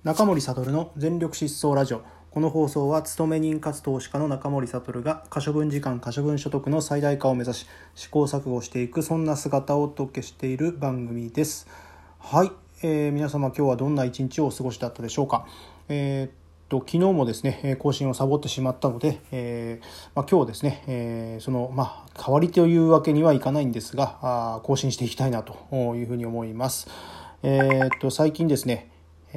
中森悟の全力疾走ラジオ。この放送は勤め人かつ投資家の中森悟が可処分時間可処分所得の最大化を目指し試行錯誤していく、そんな姿をお届けしている番組です。はい、皆様今日はどんな一日をお過ごしだったでしょうか。昨日もですね更新をサボってしまったので、今日ですね、代わりというわけにはいかないんですが更新していきたいなというふうに思います。最近ですね、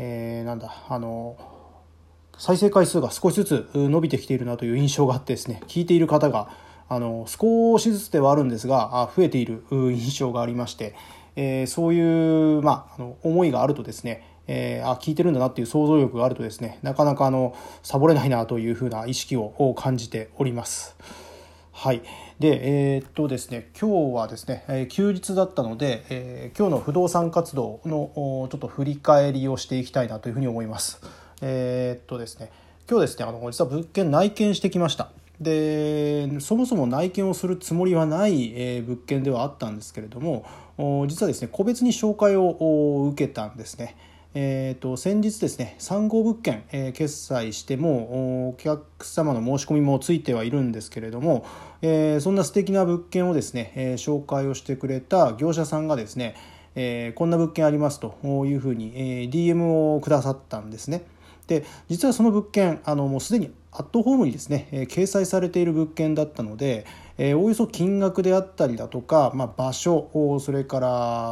再生回数が少しずつ伸びてきているなという印象があってですね、聞いている方が少しずつではあるんですが増えている印象がありまして、そういう、思いがあるとですね、聞いてるんだなっていう想像力があるとですね、なかなかサボれないなというふうな意識を感じております。はい。で、ですね、今日はですね、休日だったので、今日の不動産活動のちょっと振り返りをしていきたいなというふうに思います。ですね、今日ですね、実は物件内見してきました。で、そもそも内見をするつもりはない、物件ではあったんですけれども、実はですね、個別に紹介を受けたんですね。先日ですね3号物件、決済してもお客様の申し込みもついてはいるんですけれども、そんな素敵な物件をですね、紹介をしてくれた業者さんがですね、こんな物件ありますというふうに、DM をくださったんですね。で、実はその物件もうすでにアットホームにですね、掲載されている物件だったので、おおよそ金額であったりだとか、場所、それから、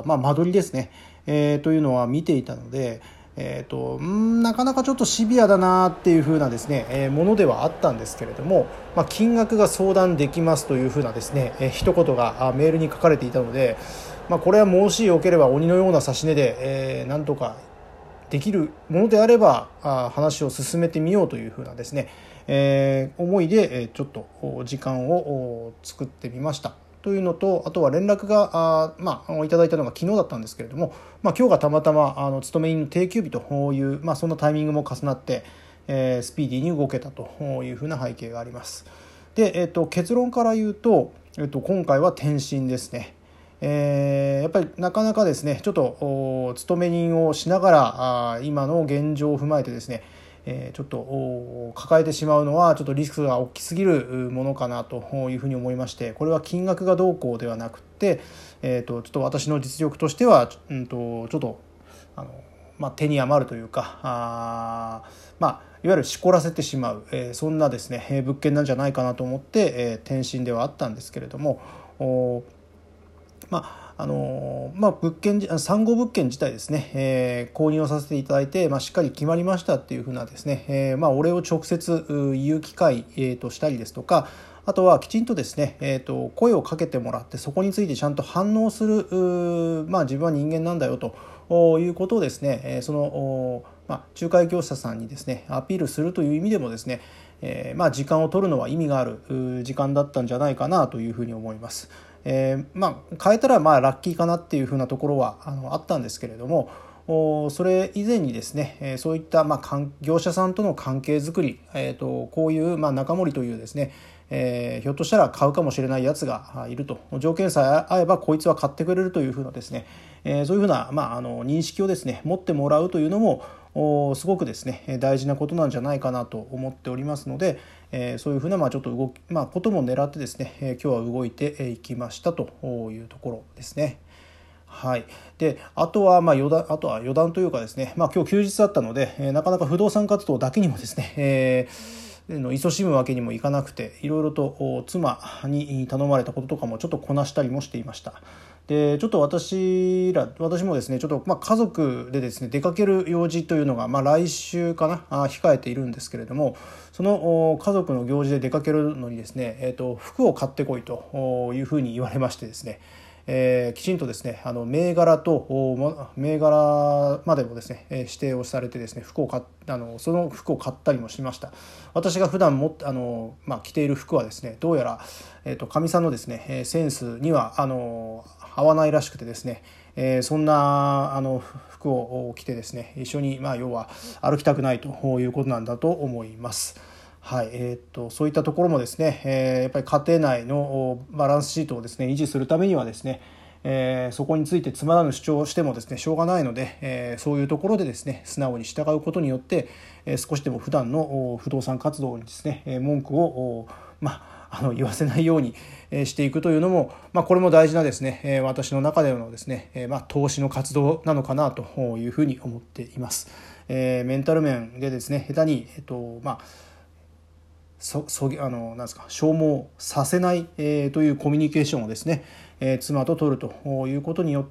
間取りですね、というのは見ていたので、なかなかちょっとシビアだなっていう風なですね、ものではあったんですけれども、金額が相談できますという風なですね、一言がメールに書かれていたので、これはもしよければ鬼のような指し値で、なんとかできるものであれば話を進めてみようという風なですね、思いでちょっと時間を作ってみましたというのと、あとは連絡がいただいたのが昨日だったんですけれども、今日がたまたま勤め人の定休日という、そんなタイミングも重なって、スピーディーに動けたというふうな背景があります。で、結論から言うと、今回は転身ですね。やっぱりなかなかですねちょっと勤め人をしながら今の現状を踏まえてですね、ちょっと抱えてしまうのはちょっとリスクが大きすぎるものかなというふうに思いまして、これは金額がどうこうではなくて、ちょっと私の実力としてはちょっと手に余るというかいわゆるしこらせてしまう、そんなですね物件なんじゃないかなと思って、転身ではあったんですけれども、物件3号物件自体ですね、購入をさせていただいて、しっかり決まりましたっていうふうなですね、お礼を直接言う機会、としたりですとか、あとはきちんとですね、声をかけてもらってそこについてちゃんと反応する自分は人間なんだよということをですね、その仲介業者さんにですねアピールするという意味でもですね、時間を取るのは意味がある時間だったんじゃないかなというふうに思います。変えたらラッキーかなっていうふうなところはあったんですけれども、それ以前にですねそういった業者さんとの関係づくり、こういう中森というですね、ひょっとしたら買うかもしれないやつがいると、条件さえ合えばこいつは買ってくれるというふうなですね、そういうふうな、認識をですね持ってもらうというのもすごくですね大事なことなんじゃないかなと思っておりますので、そういうふうなちょっとことも狙ってですね、今日は動いていきましたというところですね。はい。で、あとは余談というかですね、今日休日だったので、なかなか不動産活動だけにもですね、勤しむわけにもいかなくて、いろいろと妻に頼まれたこととかもちょっとこなしたりもしていました。で、ちょっと私もですねちょっと家族でですね出かける用事というのが来週かな控えているんですけれども、その家族の行事で出かけるのにですね、服を買ってこいというふうに言われましてですね、きちんとですね銘柄までもですね指定をされてですねその服を買ったりもしました。私が普段着ている服はですねどうやらかみさんのですねセンスには合わないらしくてですね、そんな服を着てですね一緒に要は歩きたくないということなんだと思います。はい、そういったところもですね、やっぱり家庭内のバランスシートをですね維持するためにはですね、 そこについてつまらぬ主張をしてもですねしょうがないので、そういうところでですね素直に従うことによって、少しでも普段の不動産活動にですね文句を言わせないようにしていくというのも、これも大事なですね私の中でのですね投資の活動なのかなというふうに思っています。メンタル面でですね下手になんですか消耗させない、というコミュニケーションをですね、妻と取るということによって、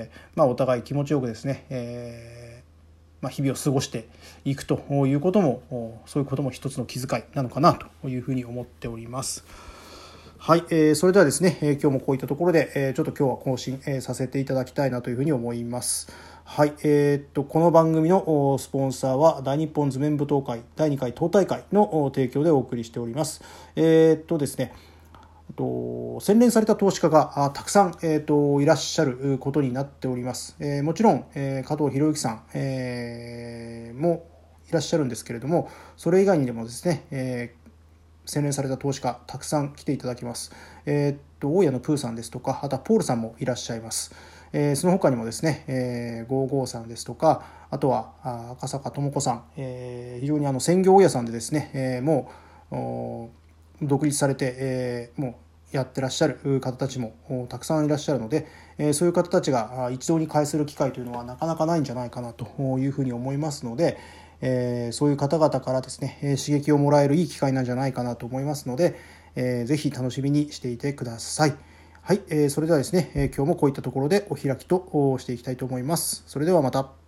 お互い気持ちよくですね、日々を過ごしていくということもそういうことも一つの気遣いなのかなというふうに思っております。はい、それではですね、今日もこういったところで、ちょっと今日は更新、させていただきたいなというふうに思います。はい、この番組のスポンサーは大日本図面舞踏会第2回党大会の提供でお送りしております。ですね、洗練された投資家がたくさん、いらっしゃることになっております。もちろん、加藤博之さん、もいらっしゃるんですけれども、それ以外にでもですね、洗練された投資家たくさん来ていただきます。大家のプーさんですとか、あとはポールさんもいらっしゃいます。その他にもですね、55さんですとか、あとは赤坂智子さん、非常に専業大家さんでですね、もう独立されて、もうやってらっしゃる方たちもたくさんいらっしゃるので、そういう方たちが一堂に会する機会というのはなかなかないんじゃないかなというふうに思いますので、そういう方々からですね、刺激をもらえるいい機会なんじゃないかなと思いますので、ぜひ楽しみにしていてください。はい、それではですね、今日もこういったところでお開きとしていきたいと思います。それではまた。